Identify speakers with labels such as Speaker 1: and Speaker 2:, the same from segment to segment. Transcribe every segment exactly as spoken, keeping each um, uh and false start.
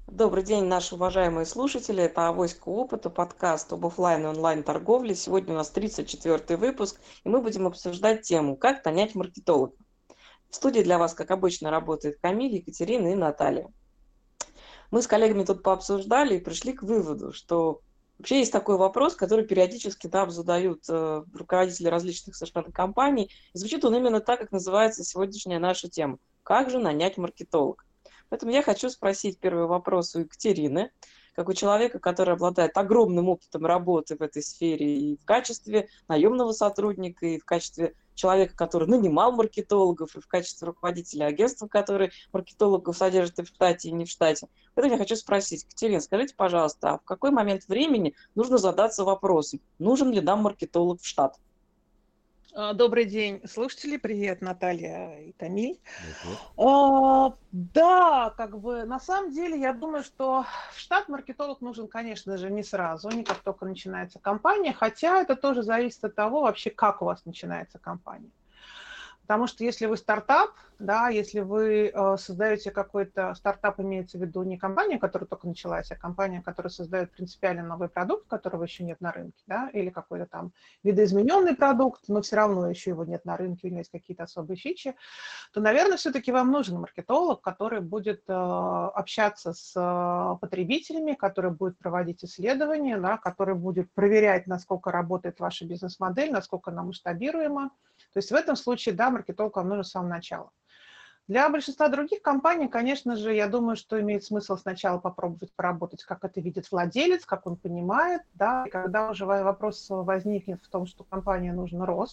Speaker 1: Добрый день, наши уважаемые слушатели. Это «Авоська опыта», подкаст об оффлайн и онлайн-торговле. Сегодня у нас тридцать четвёртый выпуск, и мы будем обсуждать тему «Как нанять маркетолога». В студии для вас, как обычно, работает Камиль, Екатерина и Наталья. Мы с коллегами тут пообсуждали и пришли к выводу, что вообще есть такой вопрос, который периодически нам задают э, руководители различных совершенно компаний. И звучит он именно так, как называется сегодняшняя наша тема. Как же нанять маркетолога? Поэтому я хочу спросить первый вопрос у Екатерины, как у человека, который обладает огромным опытом работы в этой сфере и в качестве наемного сотрудника, и в качестве человека, который нанимал маркетологов, и в качестве руководителя агентства, который маркетологов содержит и в штате, и не в штате. Поэтому я хочу спросить, Екатерина, скажите, пожалуйста, а в какой момент времени нужно задаться вопросом, нужен ли нам маркетолог в штат?
Speaker 2: Добрый день, слушатели. Привет, Наталья и Камиль.
Speaker 3: Привет, привет.
Speaker 2: А, да, как бы на самом деле я думаю, что в штат маркетолог нужен, конечно же, не сразу, не как только начинается кампания, хотя это тоже зависит от того вообще, как у вас начинается кампания. Потому что если вы стартап, да, если вы э, создаете какой-то стартап, имеется в виду не компания, которая только началась, а компания, которая создает принципиально новый продукт, которого еще нет на рынке, да, или какой-то там видоизмененный продукт, но все равно еще его нет на рынке, у него есть какие-то особые фичи, то, наверное, все-таки вам нужен маркетолог, который будет э, общаться с э, потребителями, который будет проводить исследования, да, который будет проверять, насколько работает ваша бизнес-модель, насколько она масштабируема. То есть в этом случае, да, маркетолог вам нужен с самого начала. Для большинства других компаний, конечно же, я думаю, что имеет смысл сначала попробовать поработать, как это видит владелец, как он понимает, да, и когда уже вопрос возникнет в том, что компании нужен рост,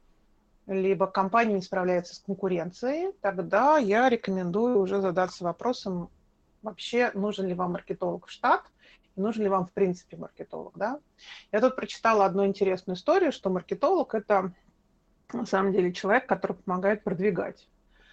Speaker 2: либо компания не справляется с конкуренцией, тогда я рекомендую уже задаться вопросом, вообще нужен ли вам маркетолог в штат, и нужен ли вам в принципе маркетолог, да. Я тут прочитала одну интересную историю, что маркетолог – это на самом деле человек, который помогает продвигать.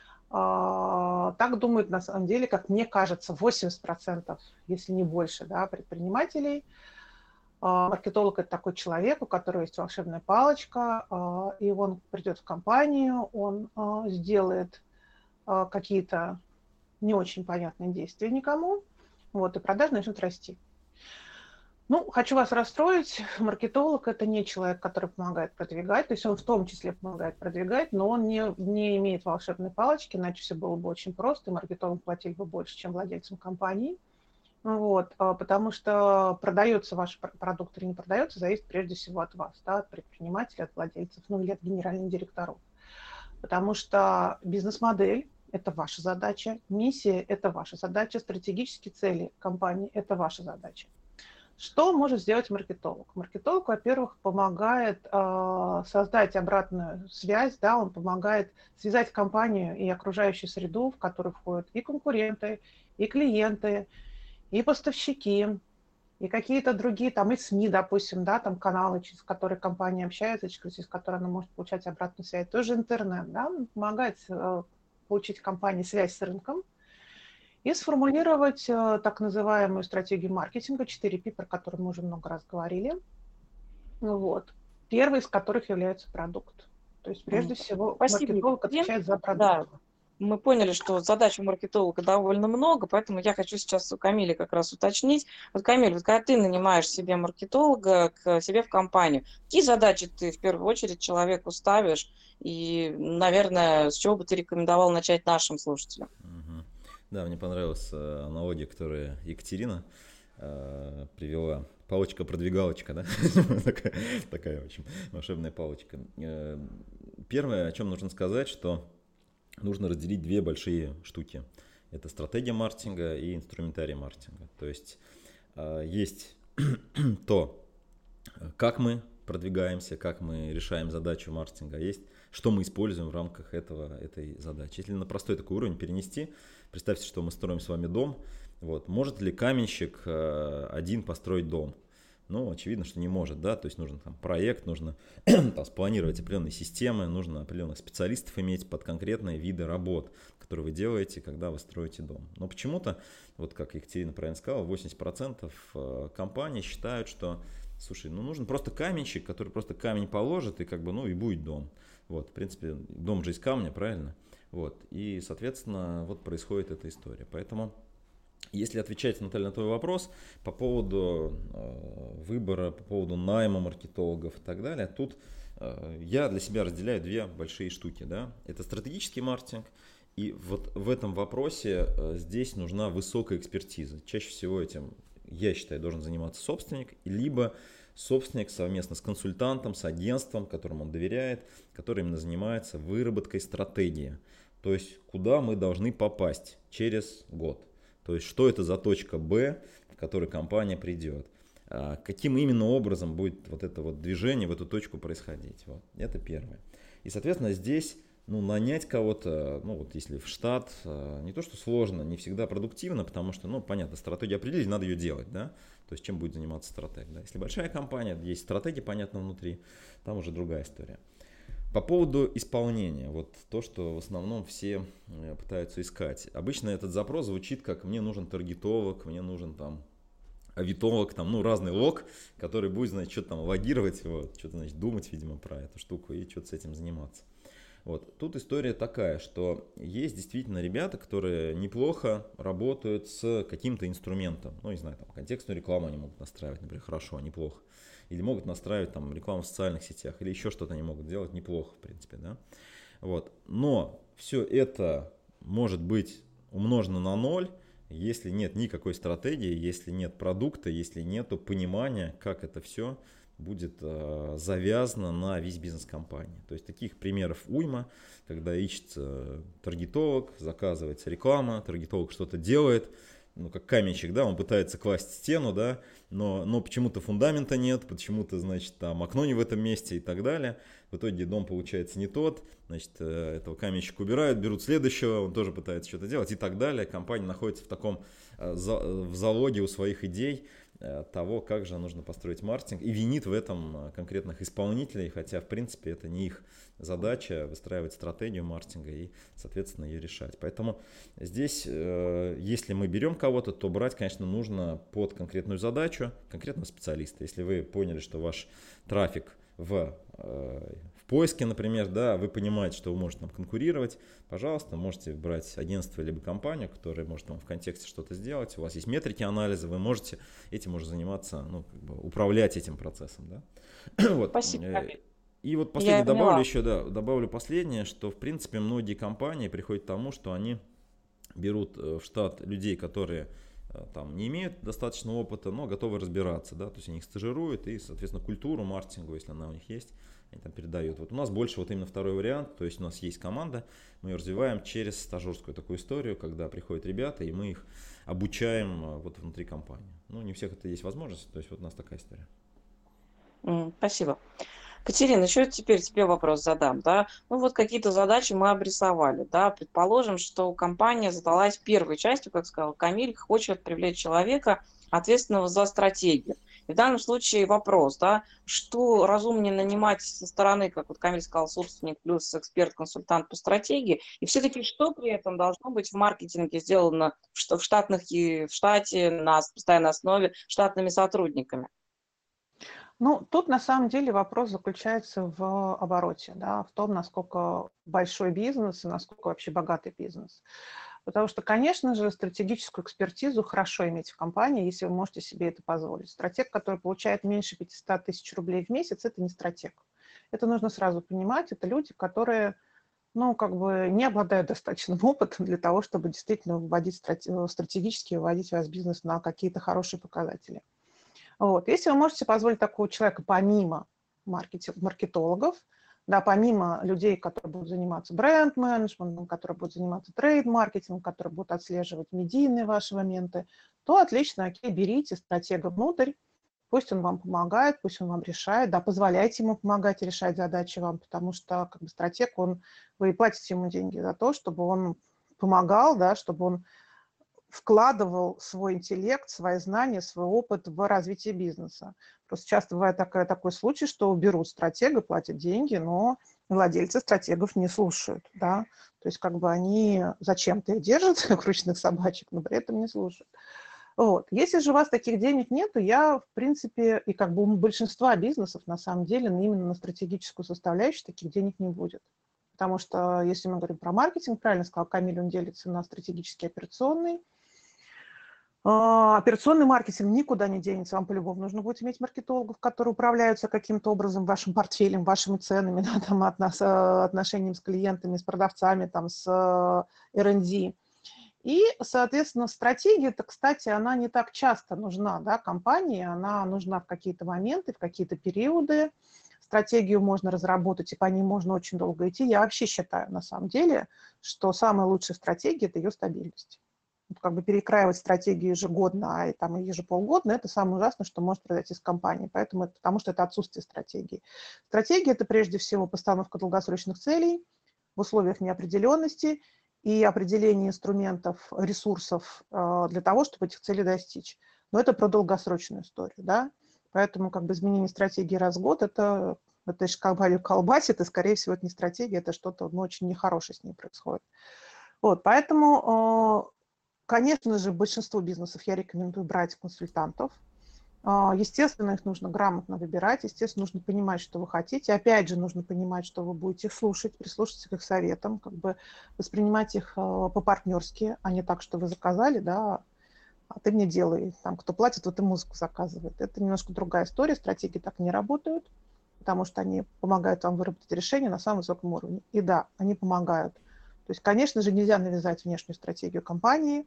Speaker 2: Так думают, на самом деле, как мне кажется, восемьдесят процентов, если не больше, да, предпринимателей. Маркетолог – это такой человек, у которого есть волшебная палочка, и он придет в компанию, он сделает какие-то не очень понятные действия никому, вот, и продажи начнут расти. Ну, хочу вас расстроить, маркетолог – это не человек, который помогает продвигать, то есть он в том числе помогает продвигать, но он не, не имеет волшебной палочки, иначе все было бы очень просто, и маркетолог платил бы больше, чем владельцам компании. Вот, потому что продается ваш продукт или не продается, зависит прежде всего от вас, да, от предпринимателя, от владельцев, ну или от генеральных директоров. Потому что бизнес-модель – это ваша задача, миссия – это ваша задача, стратегические цели компании – это ваша задача. Что может сделать маркетолог? Маркетолог, во-первых, помогает э, создать обратную связь, да, он помогает связать компанию и окружающую среду, в которую входят и конкуренты, и клиенты, и поставщики, и какие-то другие, там и СМИ, допустим, да, там каналы, через которые компания общается, через которые она может получать обратную связь. Тоже интернет, да, он помогает э, получить компании связь с рынком, и сформулировать э, так называемую стратегию маркетинга, четыре пи, про которые мы уже много раз говорили. Вот. Первый из которых является продукт. То есть, прежде всего,
Speaker 1: Спасибо,
Speaker 2: маркетолог
Speaker 1: Екатерина.
Speaker 2: отвечает за продукт.
Speaker 1: Да, мы поняли, что задач у маркетолога довольно много, поэтому я хочу сейчас у Камиля как раз уточнить. Вот, Камиль, вот когда ты нанимаешь себе маркетолога к себе в компанию, какие задачи ты в первую очередь человеку ставишь? И, наверное, с чего бы ты рекомендовал начать нашим слушателям?
Speaker 3: Угу. Да, мне понравилась э, аналогия, которую Екатерина э, привела. Палочка-продвигалочка, да? такая, такая очень волшебная палочка. Э, первое, о чем нужно сказать, что нужно разделить две большие штуки. Это стратегия маркетинга и инструментарий маркетинга. То есть э, есть то, как мы продвигаемся, как мы решаем задачу маркетинга, есть что мы используем в рамках этого, этой задачи. Если на простой такой уровень перенести, представьте, что мы строим с вами дом. Вот. Может ли каменщик э, один построить дом? Ну, очевидно, что не может, да, то есть нужен там проект, нужно там, спланировать определенные системы, нужно определенных специалистов иметь под конкретные виды работ, которые вы делаете, когда вы строите дом. Но почему-то, вот как Екатерина правильно сказала, восемьдесят процентов компаний считают, что, слушай, ну нужен просто каменщик, который просто камень положит и как бы, ну и будет дом. Вот, в принципе, дом же из камня, правильно? Вот, и, соответственно, вот происходит эта история. Поэтому Если отвечать, Наталья, на твой вопрос по поводу э, выбора, по поводу найма маркетологов и так далее, тут э, я для себя разделяю две большие штуки. Да? Это стратегический маркетинг, и вот в этом вопросе э, здесь нужна высокая экспертиза. Чаще всего этим, я считаю, должен заниматься собственник, либо собственник совместно с консультантом, с агентством, которому он доверяет, который именно занимается выработкой стратегии. То есть, куда мы должны попасть через год. То есть, что это за точка Б, в которой компания придет. Каким именно образом будет вот это вот движение в эту точку происходить. Вот. Это первое. И, соответственно, здесь ну, нанять кого-то, ну вот если в штат, не то что сложно, не всегда продуктивно, потому что, ну понятно, стратегию определить, надо ее делать, да. То есть чем будет заниматься стратег. Да? Если большая компания, есть стратегия, понятно, внутри, там уже другая история. По поводу исполнения, вот то, что в основном все пытаются искать. Обычно этот запрос звучит как «мне нужен таргетолог», «мне нужен там авитолог», там, ну, разный лог, который будет, значит, что-то там логировать, вот, что-то, значит, думать, видимо, про эту штуку и что-то с этим заниматься. Вот. Тут история такая, что есть действительно ребята, которые неплохо работают с каким-то инструментом. Ну, не знаю, там, контекстную рекламу они могут настраивать, например, хорошо, неплохо. Или могут настраивать там рекламу в социальных сетях, или еще что-то они могут делать неплохо, в принципе, да. Вот. Но все это может быть умножено на ноль, если нет никакой стратегии, если нет продукта, если нет понимания, как это все будет э, завязано на весь бизнес компании. То есть таких примеров уйма, когда ищется таргетолог, заказывается реклама, таргетолог что-то делает, ну, как каменщик, да, он пытается класть стену, да, но, но почему-то фундамента нет, почему-то, значит, там окно не в этом месте и так далее. В итоге дом получается не тот, значит, этого каменщика убирают, берут следующего, он тоже пытается что-то делать и так далее. Компания находится в таком, в залоге у своих идей того, как же нужно построить маркетинг, и винит в этом конкретных исполнителей, хотя, в принципе, это не их задача выстраивать стратегию маркетинга и, соответственно, ее решать. Поэтому здесь, если мы берем кого-то, то брать, конечно, нужно под конкретную задачу конкретного специалиста. Если вы поняли, что ваш трафик в, в поиске, например, да, вы понимаете, что вы можете там конкурировать, пожалуйста, можете брать агентство либо компанию, которая может вам в контексте что-то сделать, у вас есть метрики анализа, вы можете этим уже заниматься, ну, как бы управлять этим процессом, да. Вот.
Speaker 1: Спасибо.
Speaker 3: И вот последнее добавлю еще, да, добавлю последнее, что в принципе многие компании приходят к тому, что они берут в штат людей, которые там не имеют достаточного опыта, но готовы разбираться, да, то есть они их стажируют и, соответственно, культуру маркетинговую, если она у них есть, они там передают. Вот у нас больше вот именно второй вариант, то есть у нас есть команда, мы ее развиваем через стажерскую такую историю, когда приходят ребята, и мы их обучаем вот внутри компании. Ну, не у всех это есть возможность, то есть вот у нас такая история.
Speaker 1: Спасибо. Катерина, еще теперь тебе вопрос задам, да. Ну вот какие-то задачи мы обрисовали, да. Предположим, что компания задалась первой частью, как сказал Камиль, хочет привлечь человека, ответственного за стратегию. И в данном случае вопрос, да, что разумнее нанимать со стороны, как вот Камиль сказал, собственник плюс эксперт-консультант по стратегии, и все-таки что при этом должно быть в маркетинге сделано в штатных и в штате на постоянной основе штатными сотрудниками?
Speaker 2: Ну, тут на самом деле вопрос заключается в обороте, да, в том, насколько большой бизнес и насколько вообще богатый бизнес. Потому что, конечно же, стратегическую экспертизу хорошо иметь в компании, если вы можете себе это позволить. Стратег, который получает меньше пятьсот тысяч рублей в месяц, это не стратег. Это нужно сразу понимать. Это люди, которые, ну, как бы не обладают достаточным опытом для того, чтобы действительно вводить стратегически, выводить ваш бизнес на какие-то хорошие показатели. Вот. Если вы можете позволить такого человека помимо маркетинг, маркетологов, да, помимо людей, которые будут заниматься бренд-менеджментом, которые будут заниматься трейд-маркетингом, которые будут отслеживать медийные ваши моменты, то отлично, окей, берите стратега внутрь, пусть он вам помогает, пусть он вам решает, да, позволяйте ему помогать и решать задачи вам, потому что как бы стратег, он, вы платите ему деньги за то, чтобы он помогал, да, чтобы он вкладывал свой интеллект, свои знания, свой опыт в развитие бизнеса. Просто часто бывает такой, такой случай, что берут стратега, платят деньги, но владельцы стратегов не слушают. Да? То есть как бы они зачем-то их держат, как ручных собачек, но при этом не слушают. Вот. Если же у вас таких денег нет, то я, в принципе, и как бы у большинства бизнесов, на самом деле, именно на стратегическую составляющую таких денег не будет. Потому что, если мы говорим про маркетинг, правильно сказал Камиль, он делится на стратегический, операционный. А, Операционный маркетинг никуда не денется. Вам по-любому нужно будет иметь маркетологов, которые управляются каким-то образом вашим портфелем, вашими ценами, да, там, отно- с, э, отношением с клиентами, с продавцами, там, с э, эр энд ди. И, соответственно, стратегия, это, кстати, она не так часто нужна, да, компании, она нужна в какие-то моменты, в какие-то периоды. Стратегию можно разработать, и по ней можно очень долго идти. Я вообще считаю, на самом деле, что самая лучшая стратегия – это ее стабильность. Вот как бы перекраивать стратегию ежегодно, а и там и ежеполгодно – это самое ужасное, что может произойти с компанией. Поэтому это, потому что это отсутствие стратегии. Стратегия – это прежде всего постановка долгосрочных целей в условиях неопределенности и определение инструментов, ресурсов э, для того, чтобы этих целей достичь. Но это про долгосрочную историю, да. Поэтому как бы изменение стратегии раз в год – это, это же компанию колбасит, и, скорее всего, это не стратегия, это что-то ну, очень нехорошее с ней происходит. Вот, поэтому, э, конечно же, большинство бизнесов я рекомендую брать консультантов. Естественно, их нужно грамотно выбирать, естественно, нужно понимать, что вы хотите. Опять же, нужно понимать, что вы будете их слушать, прислушаться к их советам, как бы воспринимать их по-партнерски, а не так, что вы заказали, да, а ты мне делай. Там, кто платит, вот и музыку заказывает. Это немножко другая история, стратегии так не работают, потому что они помогают вам выработать решение на самом высоком уровне. И да, они помогают. То есть, конечно же, нельзя навязать внешнюю стратегию компании.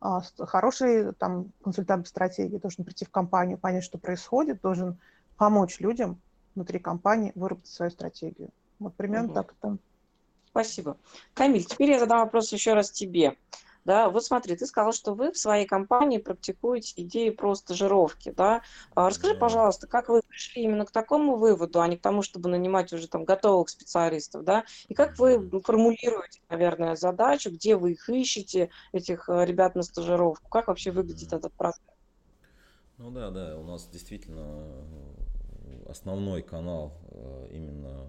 Speaker 2: Хороший там, консультант по стратегии должен прийти в компанию, понять, что происходит, должен помочь людям внутри компании выработать свою стратегию. Вот примерно
Speaker 1: Мгм.
Speaker 2: так это.
Speaker 1: Спасибо. Камиль, теперь я задам вопрос еще раз тебе. Да, вот смотри, ты сказал, что вы в своей компании практикуете идею про стажировки, да. А расскажи,
Speaker 3: Да.
Speaker 1: пожалуйста, как вы пришли именно к такому выводу, а не к тому, чтобы нанимать уже там готовых специалистов, да? И как вы формулируете, наверное, задачу, где вы их ищете, этих э, ребят на стажировку? Как вообще выглядит этот процесс?
Speaker 3: Ну да, да, у нас действительно э, основной канал э, именно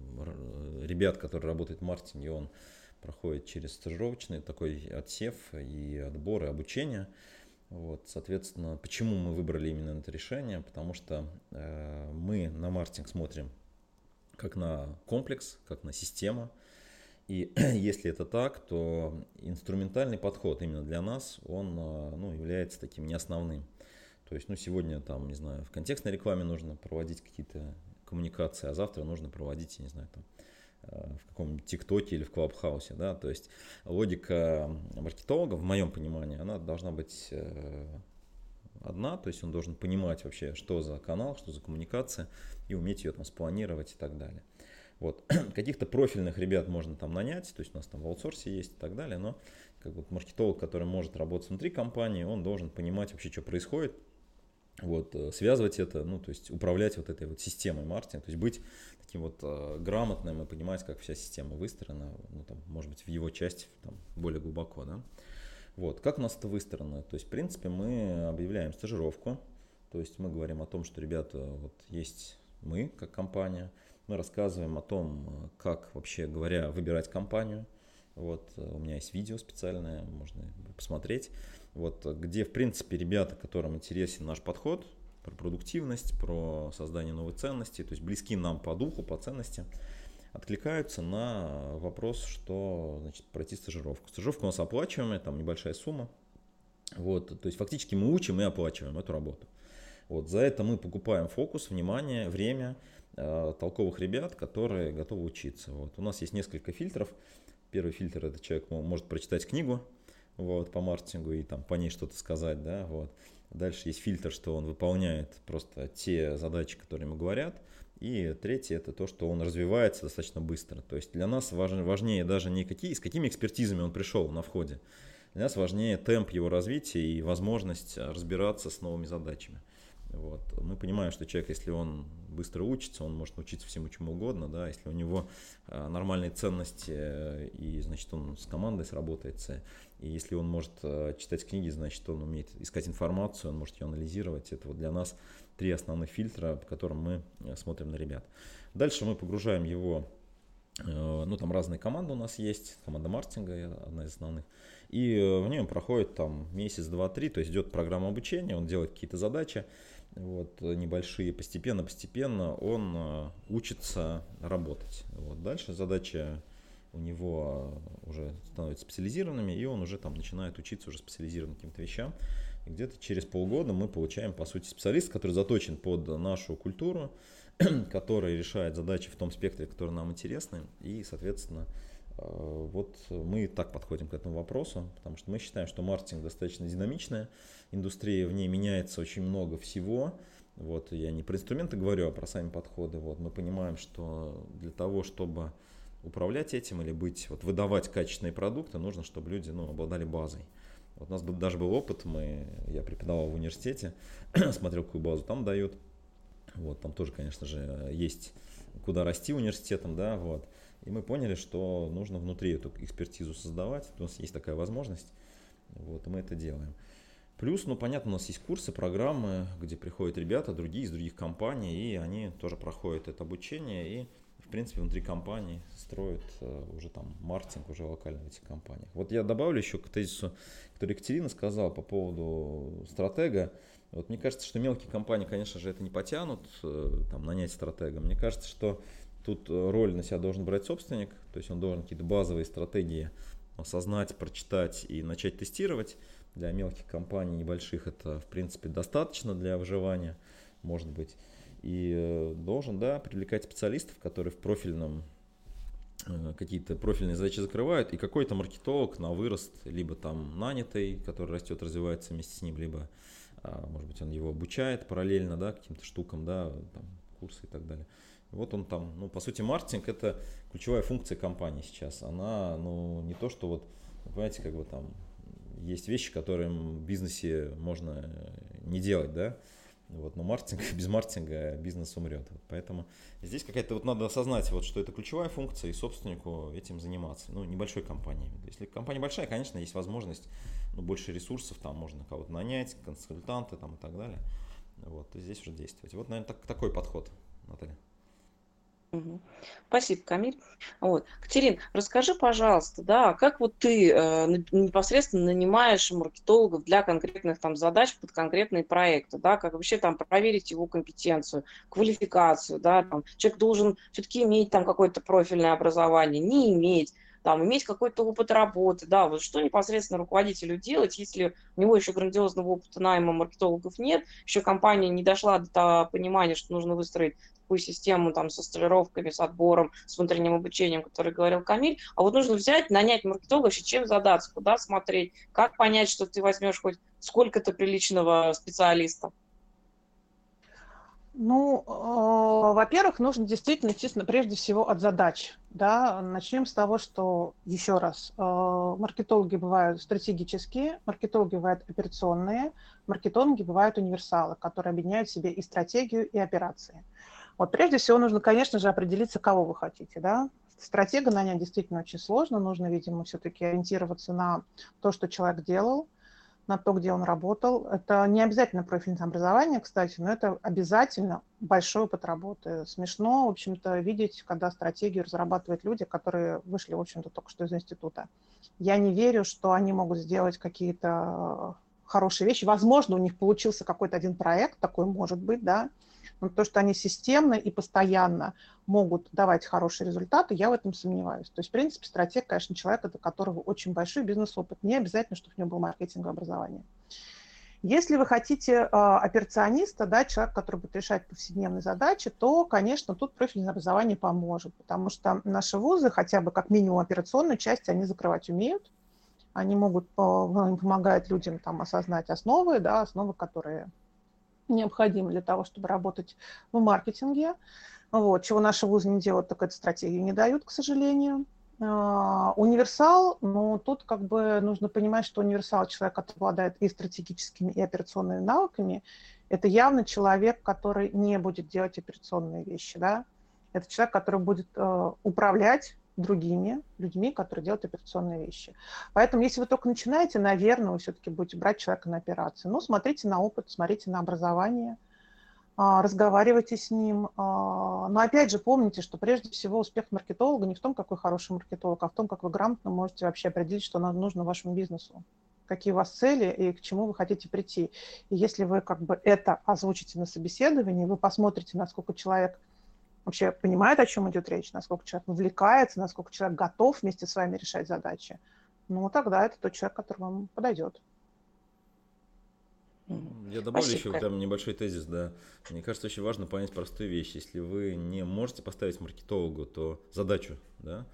Speaker 3: р- ребят, которые работают в маркетинге, он проходит через стажировочный такой отсев и отбор и обучение. Вот, соответственно, почему мы выбрали именно это решение? Потому что э, мы на маркетинг смотрим как на комплекс, как на систему. И если это так, то инструментальный подход именно для нас, он э, ну, является таким не основным. То есть, ну, сегодня там, не знаю, в контекстной рекламе нужно проводить какие-то коммуникации, а завтра нужно проводить, я не знаю, там, в каком-нибудь ТикТоке или в Клабхаусе, да, то есть логика маркетолога, в моем понимании, она должна быть одна, то есть он должен понимать вообще, что за канал, что за коммуникация, и уметь ее там спланировать и так далее. Вот. Каких-то профильных ребят можно там нанять, то есть у нас там в аутсорсе есть и так далее, но как вот маркетолог, который может работать внутри компании, он должен понимать вообще, что происходит, вот, связывать это, ну, то есть управлять вот этой вот системой маркетинга, то есть быть таким вот э, грамотным и понимать, как вся система выстроена, ну, там, может быть, в его части там, более глубоко, да. Вот, как у нас это выстроено? То есть, в принципе, мы объявляем стажировку, то есть мы говорим о том, что, ребята, вот есть мы, как компания, мы рассказываем о том, как, вообще говоря, выбирать компанию. Вот, у меня есть видео специальное, можно посмотреть, вот, где, в принципе, ребята, которым интересен наш подход, про продуктивность, про создание новой ценности, то есть близки нам по духу, по ценности, откликаются на вопрос, что значит пройти стажировку. Стажировка у нас оплачиваемая, там небольшая сумма. Вот, то есть фактически мы учим и оплачиваем эту работу. Вот, за это мы покупаем фокус, внимание, время э, толковых ребят, которые готовы учиться. Вот, у нас есть несколько фильтров. Первый фильтр — это человек может прочитать книгу вот, по маркетингу и там, по ней что-то сказать. Да, вот. Дальше есть фильтр, что он выполняет просто те задачи, которые ему говорят. И третье — это то, что он развивается достаточно быстро. То есть для нас важнее даже не какие, с какими экспертизами он пришел на входе. Для нас важнее темп его развития и возможность разбираться с новыми задачами. Вот. Мы понимаем, что человек, если он быстро учится, он может научиться всему чему угодно, да, если у него нормальные ценности, и значит он с командой сработается, и если он может читать книги, значит он умеет искать информацию, он может ее анализировать. Это вот для нас три основных фильтра, по которым мы смотрим на ребят. Дальше мы погружаем его, ну там разные команды у нас есть, команда маркетинга одна из основных, и в ней он проходит там месяц, два, три, то есть идет программа обучения, он делает какие-то задачи, вот, небольшие, постепенно-постепенно он учится работать. Вот. Дальше задача у него уже становятся специализированными, и он уже там начинает учиться уже специализированным каким-то вещам. И где-то через полгода мы получаем, по сути, специалиста, который заточен под нашу культуру, который решает задачи в том спектре, который нам интересны. И, соответственно, вот мы так подходим к этому вопросу, потому что мы считаем, что маркетинг достаточно динамичная индустрия, в ней меняется очень много всего. Вот, я не про инструменты говорю, а про сами подходы. Вот, мы понимаем, что для того, чтобы управлять этим или быть, вот, выдавать качественные продукты, нужно, чтобы люди, ну, обладали базой. Вот у нас даже был опыт, мы, я преподавал в университете, смотрел, какую базу там дают. Вот, там тоже, конечно же, есть куда расти университетом, да, вот. И мы поняли, что нужно внутри эту экспертизу создавать. У нас есть такая возможность, вот, и мы это делаем. Плюс, ну, понятно, у нас есть курсы, программы, где приходят ребята, другие из других компаний, и они тоже проходят это обучение, и, в принципе, внутри компании строят уже там маркетинг уже локально в этих компаниях. Вот я добавлю еще к тезису, который Екатерина сказала по поводу стратега. Вот мне кажется, что мелкие компании, конечно же, это не потянут, там, нанять стратега. Мне кажется, что тут роль на себя должен брать собственник, то есть он должен какие-то базовые стратегии осознать, прочитать и начать тестировать. Для мелких компаний, небольших, это, в принципе, достаточно для выживания, может быть. И должен, да, привлекать специалистов, которые в профильном, какие-то профильные задачи закрывают, и какой-то маркетолог на вырост, либо там нанятый, который растет, развивается вместе с ним, либо, может быть, он его обучает параллельно, да, каким-то штукам, да, там, курсы и так далее. Вот он там, ну, по сути, маркетинг – это ключевая функция компании сейчас. Она, ну, не то, что вот, понимаете, как бы там, есть вещи, которые в бизнесе можно не делать, да, вот, но маркетинг, без маркетинга бизнес умрет. Вот, поэтому здесь какая-то, вот надо осознать, вот, что это ключевая функция, и собственнику этим заниматься, ну, небольшой компанией. Если компания большая, конечно, есть возможность, ну, больше ресурсов, там можно кого-то нанять, консультанты там и так далее, вот, и здесь уже действовать. Вот, наверное, так, такой подход, Наталья.
Speaker 1: Мгм. Спасибо, Камиль. Вот. Катерин, расскажи, пожалуйста, да, как вот ты э, на- непосредственно нанимаешь маркетологов для конкретных там задач под конкретные проекты, да, как вообще там проверить его компетенцию, квалификацию, да, там, человек должен все-таки иметь там какое-то профильное образование, не иметь, там, иметь какой-то опыт работы, да, вот что непосредственно руководителю делать, если у него еще грандиозного опыта найма маркетологов нет, еще компания не дошла до того понимания, что нужно выстроить такую систему там со стажировками, с отбором, с внутренним обучением, который говорил Камиль. А вот нужно взять, нанять маркетолога, еще чем задаться, куда смотреть, как понять, что ты возьмешь хоть сколько-то приличного специалиста.
Speaker 2: Ну, э, во-первых, нужно действительно, естественно, прежде всего от задач. Да? Начнем с того, что, еще раз, э, маркетологи бывают стратегические, маркетологи бывают операционные, маркетологи бывают универсалы, которые объединяют в себе и стратегию, и операции. Вот прежде всего нужно, конечно же, определиться, кого вы хотите. Да? Стратега нанять действительно очень сложно, нужно, видимо, все-таки ориентироваться на то, что человек делал, на то, где он работал. Это не обязательно профильное образование, кстати, но это обязательно большой опыт работы. Смешно, в общем-то, видеть, когда стратегию разрабатывают люди, которые вышли, в общем-то, только что из института. Я не верю, что они могут сделать какие-то хорошие вещи. Возможно, у них получился какой-то один проект, такой может быть, да, но то, что они системно и постоянно могут давать хорошие результаты, я в этом сомневаюсь. То есть, в принципе, стратег, конечно, человек, у которого очень большой бизнес-опыт. Не обязательно, чтобы у него было маркетинговое образование. Если вы хотите э, операциониста, да, человек, который будет решать повседневные задачи, то, конечно, тут профильное образование поможет, потому что наши вузы, хотя бы как минимум операционную часть, они закрывать умеют. Они могут помогать людям там, осознать основы, да, основы, которые необходимы для того, чтобы работать в маркетинге. Вот. Чего наши вузы не делают, так это стратегию не дают, к сожалению. Uh, универсал, ну, тут как бы нужно понимать, что универсал, человек, который обладает и стратегическими, и операционными навыками, это явно человек, который не будет делать операционные вещи, да. Это человек, который будет uh, управлять другими людьми, которые делают операционные вещи. Поэтому, если вы только начинаете, наверное, вы все-таки будете брать человека на операции. Ну, смотрите на опыт, смотрите на образование, разговаривайте с ним. Но опять же, помните, что прежде всего успех маркетолога не в том, какой хороший маркетолог, а в том, как вы грамотно можете вообще определить, что нам нужно вашему бизнесу, какие у вас цели и к чему вы хотите прийти. И если вы как бы это озвучите на собеседовании, вы посмотрите, насколько человек вообще понимает, о чем идет речь, насколько человек вовлекается, насколько человек готов вместе с вами решать задачи, ну тогда это тот человек, который вам подойдет.
Speaker 3: Я добавлю
Speaker 1: Спасибо,
Speaker 3: еще
Speaker 1: Кать.
Speaker 3: там небольшой тезис, да. Мне кажется, очень важно понять простую вещь. Если вы не можете поставить маркетологу, то задачу, да,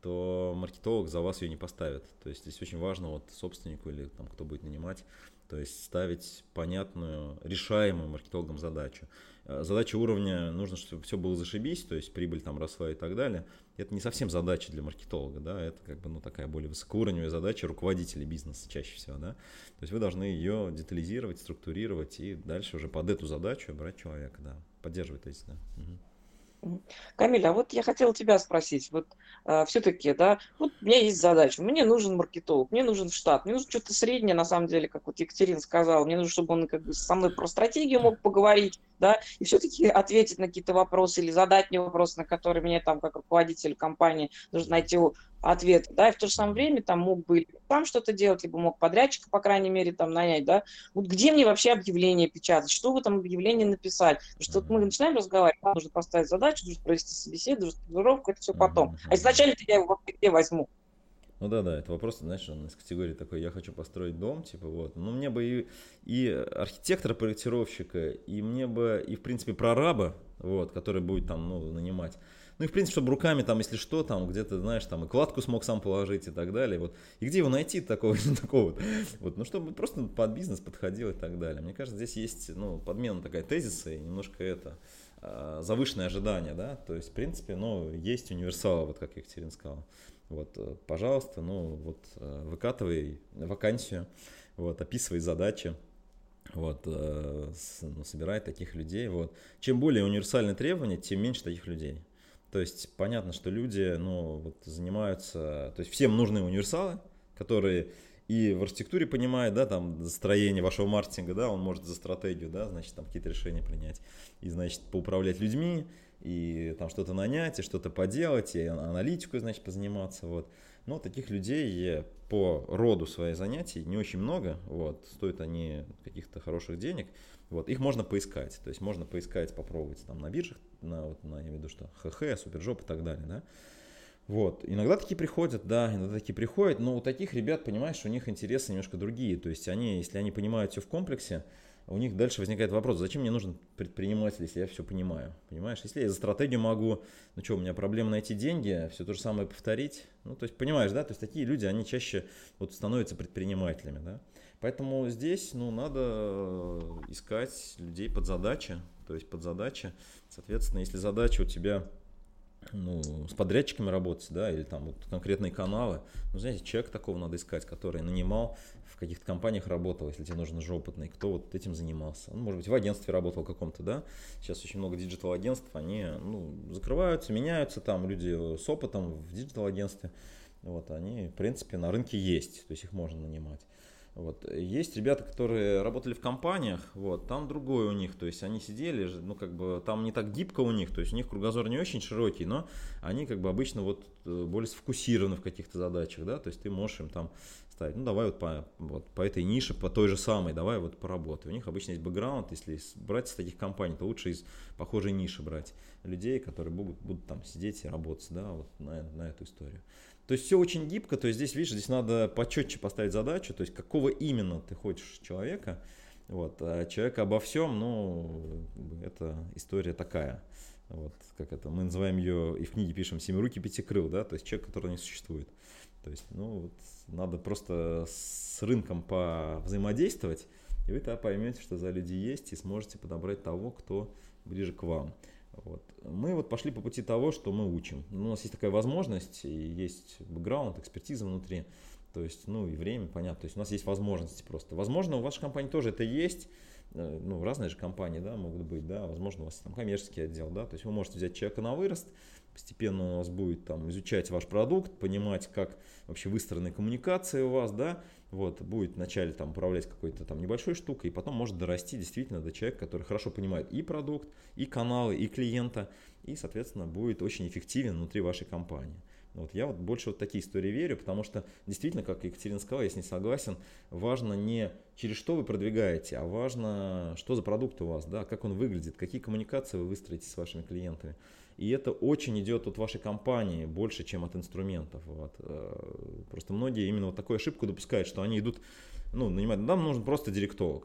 Speaker 3: то маркетолог за вас ее не поставит. То есть здесь очень важно вот собственнику или там кто будет нанимать, то есть ставить понятную, решаемую маркетологом задачу. Задача уровня, нужно, чтобы все было зашибись, то есть прибыль там росла и так далее. Это не совсем задача для маркетолога, да, это как бы, ну, такая более высокоуровневая задача руководителей бизнеса чаще всего, да. То есть вы должны ее детализировать, структурировать и дальше уже под эту задачу брать человека, да, поддерживать эти, да. Угу.
Speaker 1: Камиль, а вот я хотела тебя спросить, вот э, все-таки, да, вот у меня есть задача, мне нужен маркетолог, мне нужен штат, мне нужно что-то среднее, на самом деле, как вот Екатерина сказала, мне нужно, чтобы он как бы со мной про стратегию мог поговорить, да, и все-таки ответить на какие-то вопросы или задать мне вопросы, на которые мне там, как руководитель компании, нужно найти ответ, да, и в то же самое время там мог бы сам что-то делать, либо мог подрядчика, по крайней мере, там нанять, да, вот где мне вообще объявление печатать, что в этом объявлении написать, потому что вот мы начинаем разговаривать, нужно поставить задачу, нужно провести собеседование, стажировку, это все потом, а изначально я его где возьму?
Speaker 3: Ну да, да, это вопрос, знаешь, он из категории такой, я хочу построить дом, типа вот, ну мне бы и, и архитектора-проектировщика, и мне бы, и в принципе прораба, вот, который будет там, ну, нанимать. Ну и в принципе, чтобы руками там, если что, там где-то, знаешь, там и кладку смог сам положить и так далее, вот. И где его найти такого, такого вот, ну чтобы просто под бизнес подходил и так далее. Мне кажется, здесь есть, ну, подмена такая тезиса и немножко это, завышенное ожидание, да, то есть в принципе, ну, есть универсалы, вот как Екатерина сказала. Вот, пожалуйста, ну вот выкатывай вакансию, вот, описывай задачи, вот, ну, собирай таких людей. Вот. Чем более универсальные требования, тем меньше таких людей. То есть понятно, что люди, ну, вот, занимаются, то есть всем нужны универсалы, которые и в архитектуре понимают, да, там, строение вашего маркетинга, да, он может за стратегию, да, значит, там какие-то решения принять, и, значит, поуправлять людьми, и там что-то нанять, и что-то поделать, и аналитику, значит, позаниматься, вот. Но таких людей по роду своих занятий не очень много, вот, стоят они каких-то хороших денег, вот, их можно поискать, то есть можно поискать, попробовать там на биржах, на, вот, на, я имею в виду, что ХХ, Супержоп и так далее, да. Вот, иногда такие приходят, да, иногда такие приходят, но у таких ребят, понимаешь, у них интересы немножко другие, то есть они, если они понимают все в комплексе, у них дальше возникает вопрос, зачем мне нужен предприниматель, если я все понимаю, понимаешь, если я за стратегию могу, ну что, у меня проблема найти деньги, все то же самое повторить, ну, то есть, понимаешь, да, то есть такие люди, они чаще вот становятся предпринимателями, да, поэтому здесь, ну, надо искать людей под задачи, то есть под задачи, соответственно, если задача у тебя, ну, с подрядчиками работать, да, или там вот конкретные каналы, ну, знаете, человек такого надо искать, который нанимал, в каких-то компаниях работал, если тебе нужен же опытный, кто вот этим занимался. Он, может быть, в агентстве работал каком-то, да, сейчас очень много диджитал-агентств, они, ну, закрываются, меняются, там люди с опытом в диджитал-агентстве, вот, они, в принципе, на рынке есть, то есть их можно нанимать. Вот. Есть ребята, которые работали в компаниях, вот, там другое у них, то есть они сидели, ну, как бы, там не так гибко у них, то есть у них кругозор не очень широкий, но они, как бы, обычно вот более сфокусированы в каких-то задачах, да, то есть ты можешь им там ставить, ну, давай вот по, вот по этой нише, по той же самой, давай вот поработай. У них обычно есть бэкграунд, если брать из таких компаний, то лучше из похожей ниши брать людей, которые будут, будут там сидеть и работать, да, вот на, на эту историю. То есть все очень гибко, то есть здесь, видишь, здесь надо почетче поставить задачу, то есть какого именно ты хочешь человека, вот, а человек обо всем, ну, это история такая, вот, как это, мы называем ее, и в книге пишем, семирукий пятикрыл, да, то есть человек, который не существует, то есть, ну, вот, надо просто с рынком повзаимодействовать, и вы тогда поймете, что за люди есть, и сможете подобрать того, кто ближе к вам. Вот. Мы вот пошли по пути того, что мы учим. У нас есть такая возможность, и есть бэкграунд, экспертиза внутри, то есть, ну и время, понятно, то есть у нас есть возможности просто. Возможно, у вашей компании тоже это есть, ну, разные же компании, да, могут быть, да, возможно, у вас там коммерческий отдел, да, то есть вы можете взять человека на вырост, постепенно у вас будет там изучать ваш продукт, понимать, как вообще выстроены коммуникации у вас, да, вот, будет вначале там управлять какой-то там небольшой штукой, и потом может дорасти действительно до человека, который хорошо понимает и продукт, и каналы, и клиента, и, соответственно, будет очень эффективен внутри вашей компании. Вот я вот больше вот такие истории верю, потому что действительно, как Екатерина сказала, я с ней согласен, важно не через что вы продвигаете, а важно, что за продукт у вас, да, как он выглядит, какие коммуникации вы выстроите с вашими клиентами. И это очень идет от вашей компании больше, чем от инструментов. Вот. Просто многие именно вот такую ошибку допускают, что они идут, ну, нанимать, нам нужен просто директолог.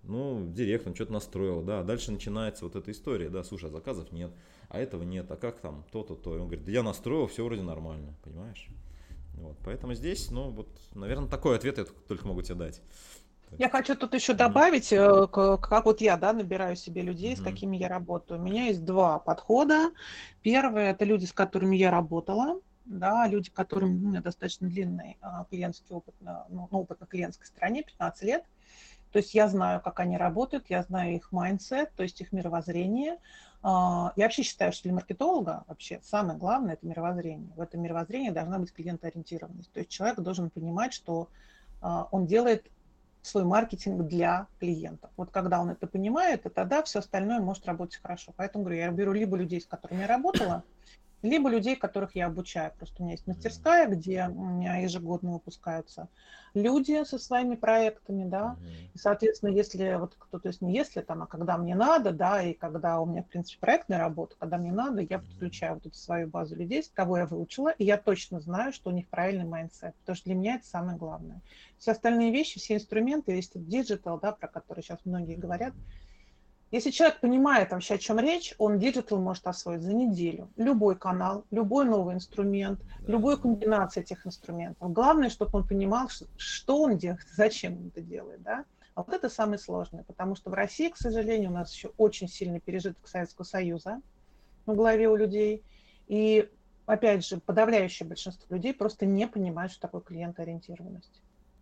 Speaker 3: Ну, директ, он что-то настроил, да, дальше начинается вот эта история, да, слушай, а заказов нет, а этого нет, а как там то-то, то, и он говорит, да я настроил, все вроде нормально, понимаешь? Вот, поэтому здесь, ну, вот, наверное, такой ответ я только могу тебе дать.
Speaker 2: Я хочу тут еще добавить, mm-hmm. как вот я, да, набираю себе людей, mm-hmm. с какими я работаю. У меня есть два подхода. Первый – это люди, с которыми я работала, да, люди, которым ну, у меня достаточно длинный а, клиентский опыт, на, ну, опыт на клиентской стороне, пятнадцать лет. То есть я знаю, как они работают, я знаю их майндсет, то есть их мировоззрение. Я вообще считаю, что для маркетолога вообще самое главное – это мировоззрение. В этом мировоззрении должна быть клиентоориентированность. То есть человек должен понимать, что он делает свой маркетинг для клиентов. Вот когда он это понимает, то тогда все остальное может работать хорошо. Поэтому говорю, я беру либо людей, с которыми я работала, либо людей, которых я обучаю. Просто у меня есть мастерская, где у меня ежегодно выпускаются люди со своими проектами, да, и, соответственно, если, вот кто, то есть не если там, а когда мне надо, да, и когда у меня, в принципе, проектная работа, когда мне надо, я подключаю вот эту свою базу людей, кого я выучила, и я точно знаю, что у них правильный майндсет, потому что для меня это самое главное. Все остальные вещи, все инструменты, весь этот диджитал, да, про который сейчас многие говорят, если человек понимает вообще, о чем речь, он диджитал может освоить за неделю. Любой канал, любой новый инструмент, да. любой комбинация этих инструментов. Главное, чтобы он понимал, что он делает, зачем он это делает. Да? А вот это самое сложное, потому что в России, к сожалению, у нас еще очень сильный пережиток Советского Союза в голове у людей. И, опять же, подавляющее большинство людей просто не понимают, что такое клиентоориентированность.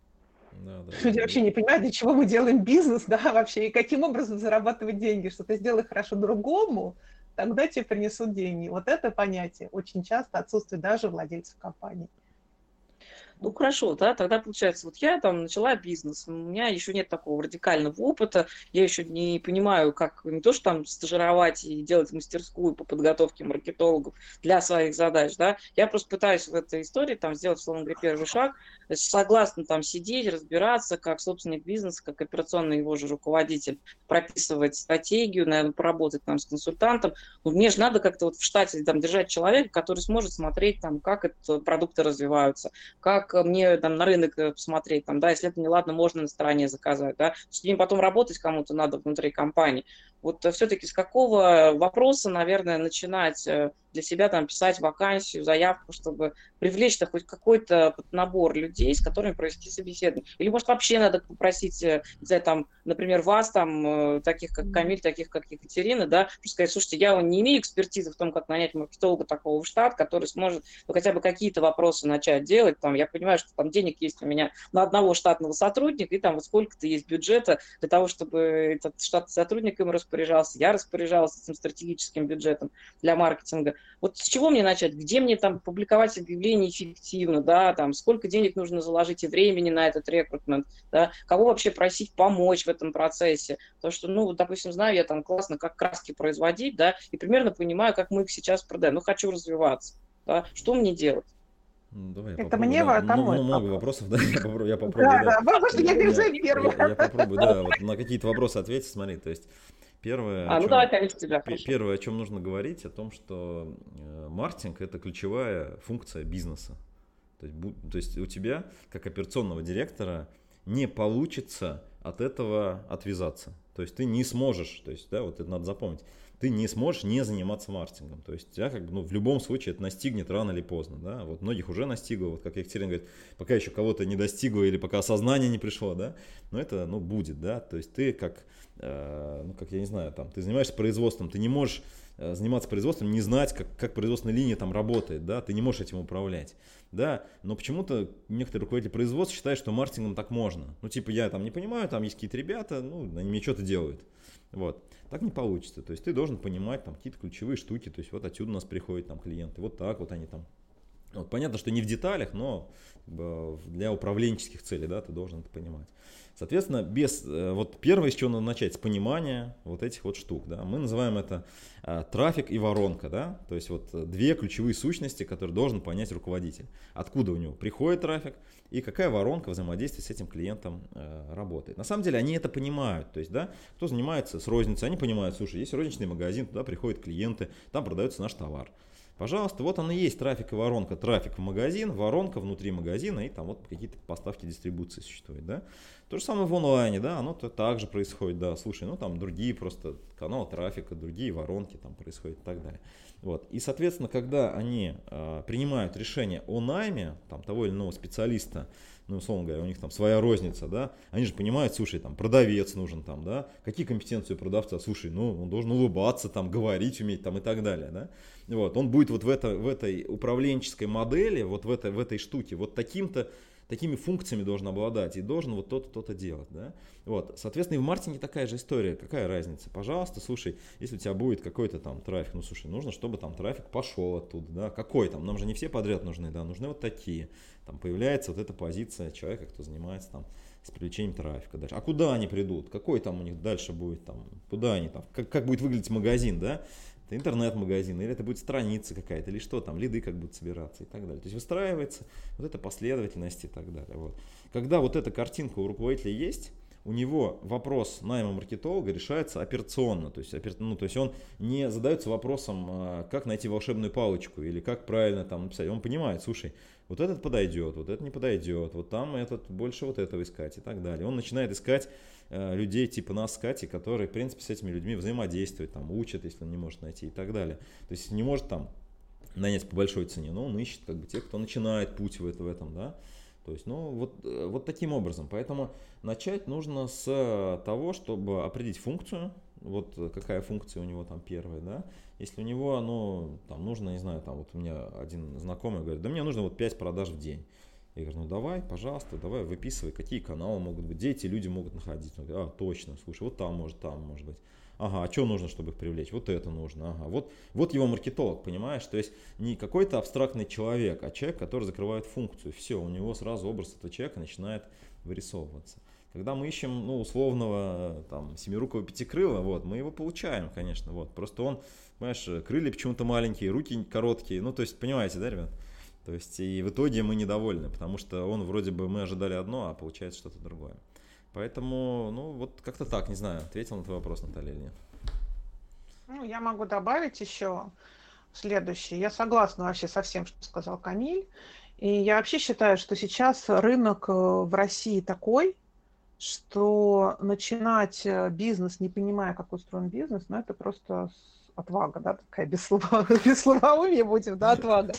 Speaker 2: Да, да, Люди да, вообще да. не понимают, для чего мы делаем бизнес, да, вообще, и каким образом зарабатывать деньги, что ты сделай хорошо другому, тогда тебе принесут деньги. Вот это понятие очень часто отсутствует даже у владельцев компаний.
Speaker 1: Ну, хорошо, да, тогда получается, вот я там начала бизнес, у меня еще нет такого радикального опыта, я еще не понимаю, как не то, что там стажировать и делать мастерскую по подготовке маркетологов для своих задач, да, я просто пытаюсь в этой истории там сделать, условно говоря, первый шаг, согласно там сидеть, разбираться, как собственник бизнеса, как операционный его же руководитель, прописывать стратегию, наверное, поработать там с консультантом, но мне же надо как-то вот в штате там держать человека, который сможет смотреть там, как это, продукты развиваются, как мне там на рынок посмотреть, там, да, если это не ладно, можно на стороне заказать, да, с ним потом работать кому-то надо внутри компании. Вот все-таки с какого вопроса, наверное, начинать для себя там писать вакансию, заявку, чтобы привлечь-то хоть какой-то набор людей, с которыми провести собеседование. Или, может, вообще надо попросить, не знаю, там, например, вас, там, таких как Камиль, таких как Екатерина, да, сказать, слушайте, я не имею экспертизы в том, как нанять маркетолога такого в штат, который сможет ну, хотя бы какие-то вопросы начать делать. Там, я понимаю, что там денег есть у меня на одного штатного сотрудника, и там вот сколько-то есть бюджета для того, чтобы этот штатный сотрудник им распоряжался, я распоряжалась этим стратегическим бюджетом для маркетинга. Вот с чего мне начать? Где мне там публиковать объявления эффективно, да, там, сколько денег нужно заложить и времени на этот рекрутмент, да, кого вообще просить помочь в этом процессе, потому что, ну, допустим, знаю я там классно, как краски производить, да, и примерно понимаю, как мы их сейчас продаем, ну, хочу развиваться, да, что мне делать?
Speaker 3: Ну, давай,
Speaker 2: это мне да. кому
Speaker 3: ну, много вопросов, да, я попробую. Я попробую да, да,
Speaker 2: да, да. Я, я,
Speaker 3: я, я, я попробую, да, вот на какие-то вопросы ответить, смотри, то есть первое,
Speaker 1: а, ну,
Speaker 3: чем,
Speaker 1: давай, конечно, тебя,
Speaker 3: первое, о чем нужно говорить, о том, что э, маркетинг – это ключевая функция бизнеса. То есть, бу, то есть у тебя, как операционного директора, не получится от этого отвязаться. То есть ты не сможешь, то есть, да, вот это надо запомнить, ты не сможешь не заниматься маркетингом. То есть тебя как бы, ну, в любом случае это настигнет рано или поздно. Да? Вот многих уже настигло, вот как Екатерина говорит, пока еще кого-то не достигло или пока осознание не пришло, да, но это, ну, будет, да, то есть ты как, э, ну, как я не знаю, там, ты занимаешься производством, ты не можешь э, заниматься производством, не знать, как, как производственная линия там работает, да, ты не можешь этим управлять, да, но почему-то некоторые руководители производства считают, что маркетингом так можно. Ну, типа, я там не понимаю, там есть какие-то ребята, ну, они мне что-то делают. Вот. Так не получится. То есть ты должен понимать там какие-то ключевые штуки. То есть вот отсюда у нас приходят там клиенты. Вот так вот они там. Вот. Понятно, что не в деталях, но для управленческих целей, да, ты должен это понимать. Соответственно, без, вот первое, с чего надо начать, с понимания вот этих вот штук. Да. Мы называем это а, трафик и воронка. Да. То есть вот две ключевые сущности, которые должен понять руководитель. Откуда у него приходит трафик и какая воронка взаимодействия с этим клиентом э, работает. На самом деле они это понимают. То есть, да, кто занимается с розницей, они понимают, слушай, есть розничный магазин, туда приходят клиенты, там продается наш товар. Пожалуйста, вот оно и есть трафик и воронка. Трафик в магазин, воронка внутри магазина и там вот какие-то поставки дистрибуции существуют. Да? То же самое в онлайне, да, оно так же происходит, да, слушай, ну там другие просто каналы трафика, другие воронки там происходят и так далее. Вот. И, соответственно, когда они э, принимают решение о найме там, того или иного специалиста, ну, условно говоря, у них там своя розница, да, они же понимают, слушай, там, продавец нужен там, да, какие компетенции у продавца, слушай, ну, он должен улыбаться, там, говорить уметь, там, и так далее, да, вот, он будет вот в, это, в этой управленческой модели, вот в этой, в этой штуке, вот таким-то, такими функциями должен обладать и должен вот то-то, то-то делать, да, вот, соответственно, и в маркетинге такая же история, какая разница, пожалуйста, слушай, если у тебя будет какой-то там трафик, ну, слушай, нужно, чтобы там трафик пошел оттуда, да, какой там, нам же не все подряд нужны, да, нужны вот такие, там появляется вот эта позиция человека, кто занимается там с привлечением трафика дальше, а куда они придут, какой там у них дальше будет там, куда они там, как, как будет выглядеть магазин, да, это интернет-магазин, или это будет страница какая-то, или что там, лиды как будут собираться и так далее. То есть выстраивается вот эта последовательность и так далее. Вот. Когда вот эта картинка у руководителя есть, у него вопрос найма маркетолога решается операционно. То есть, ну, то есть он не задается вопросом, как найти волшебную палочку или как правильно там написать. Он понимает, слушай, вот этот подойдет, вот этот не подойдет, вот там этот больше вот этого искать и так далее. Он начинает искать э, людей типа нас с Катей, которые, в принципе, с этими людьми взаимодействуют, там, учат, если он не может найти и так далее. То есть не может там нанять по большой цене, но он ищет как бы тех, кто начинает путь в, это, в этом, да. То есть, ну, вот, вот таким образом. Поэтому начать нужно с того, чтобы определить функцию, вот какая функция у него там первая, да. Если у него, ну, там нужно, не знаю, там вот у меня один знакомый говорит, да мне нужно вот пять продаж в день. Я говорю, ну давай, пожалуйста, давай выписывай, какие каналы могут быть, где эти люди могут находиться. Он говорит, а, точно, слушай, вот там может, там может быть. Ага, а что нужно, чтобы их привлечь? Вот это нужно. Ага, вот, вот его маркетолог, понимаешь? То есть не какой-то абстрактный человек, а человек, который закрывает функцию. Все, у него сразу образ этого человека начинает вырисовываться. Когда мы ищем, ну, условного, там, семирукого пятикрыла, вот, мы его получаем, конечно, вот. Просто он, понимаешь, крылья почему-то маленькие, руки короткие, ну, то есть, понимаете, да, ребят? То есть, и в итоге мы недовольны, потому что он вроде бы, мы ожидали одно, а получается что-то другое. Поэтому, ну, вот как-то так, не знаю, ответил на твой вопрос, Наталья, или нет?
Speaker 2: Ну, я могу добавить еще следующее. Я согласна вообще со всем, что сказал Камиль. И я вообще считаю, что сейчас рынок в России такой, что начинать бизнес, не понимая, как устроен бизнес, ну, это просто отвага, да, такая без слова, без словоумия будем, да, отвага.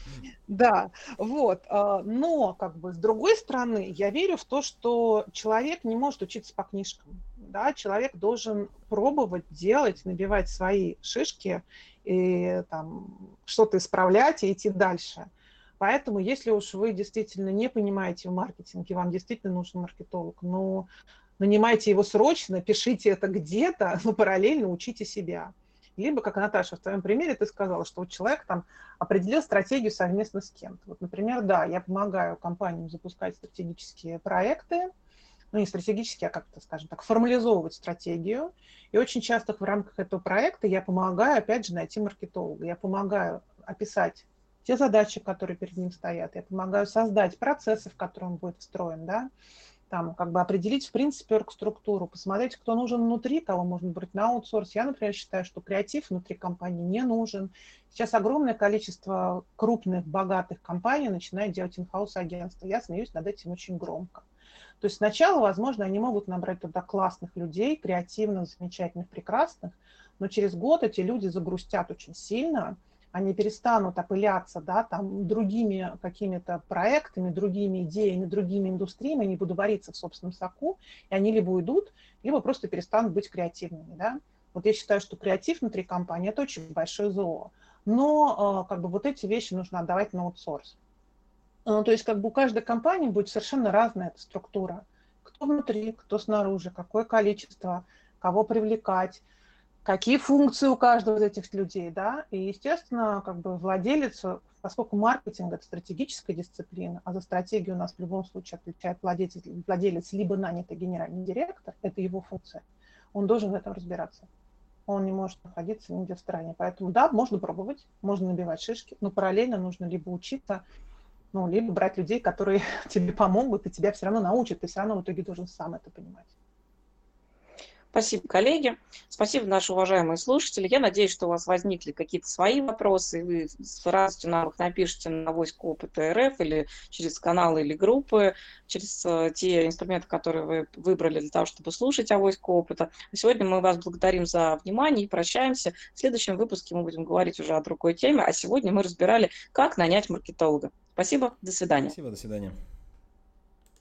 Speaker 2: Да, вот. Но, как бы, с другой стороны, я верю в то, что человек не может учиться по книжкам. Да? Человек должен пробовать, делать, набивать свои шишки, и там что-то исправлять и идти дальше. Поэтому, если уж вы действительно не понимаете в маркетинге, вам действительно нужен маркетолог, но нанимайте его срочно, пишите это где-то, но параллельно учите себя. Либо, как Наташа, в твоем примере ты сказала, что вот человек там определил стратегию совместно с кем-то. Вот, например, да, я помогаю компаниям запускать стратегические проекты, ну не стратегические, а как-то, скажем так, формализовывать стратегию. И очень часто в рамках этого проекта я помогаю, опять же, найти маркетолога. Я помогаю описать те задачи, которые перед ним стоят. Я помогаю создать процессы, в которые он будет встроен, да. Там, как бы определить, в принципе, оргструктуру, посмотреть, кто нужен внутри, кого можно брать на аутсорс. Я, например, считаю, что креатив внутри компании не нужен. Сейчас огромное количество крупных, богатых компаний начинает делать инхаус агентства. Я смеюсь над этим очень громко. То есть сначала, возможно, они могут набрать туда классных людей, креативных, замечательных, прекрасных, но через год эти люди загрустят очень сильно, они перестанут опыляться, да, там, другими какими-то проектами, другими идеями, другими индустриями, они будут вариться в собственном соку, и они либо уйдут, либо просто перестанут быть креативными. Да. Вот я считаю, что креатив внутри компании – это очень большое зло. Но как бы вот эти вещи нужно отдавать на аутсорс. То есть как бы у каждой компании будет совершенно разная эта структура. Кто внутри, кто снаружи, какое количество, кого привлекать, какие функции у каждого из этих людей, да, и, естественно, как бы владелец, поскольку маркетинг – это стратегическая дисциплина, а за стратегию у нас в любом случае отвечает владелец, владелец либо нанятый генеральный директор, это его функция, он должен в этом разбираться. Он не может находиться нигде в стороне. Поэтому, да, можно пробовать, можно набивать шишки, но параллельно нужно либо учиться, ну, либо брать людей, которые тебе помогут, и тебя все равно научат, ты все равно в итоге должен сам это понимать.
Speaker 1: Спасибо, коллеги. Спасибо, наши уважаемые слушатели. Я надеюсь, что у вас возникли какие-то свои вопросы, и вы с радостью нам их напишите на авоська опыта РФ или через каналы или группы, через э, те инструменты, которые вы выбрали для того, чтобы слушать авоська опыта. А сегодня мы вас благодарим за внимание и прощаемся. В следующем выпуске мы будем говорить уже о другой теме, а сегодня мы разбирали, как нанять маркетолога. Спасибо, до свидания.
Speaker 3: Спасибо, до свидания.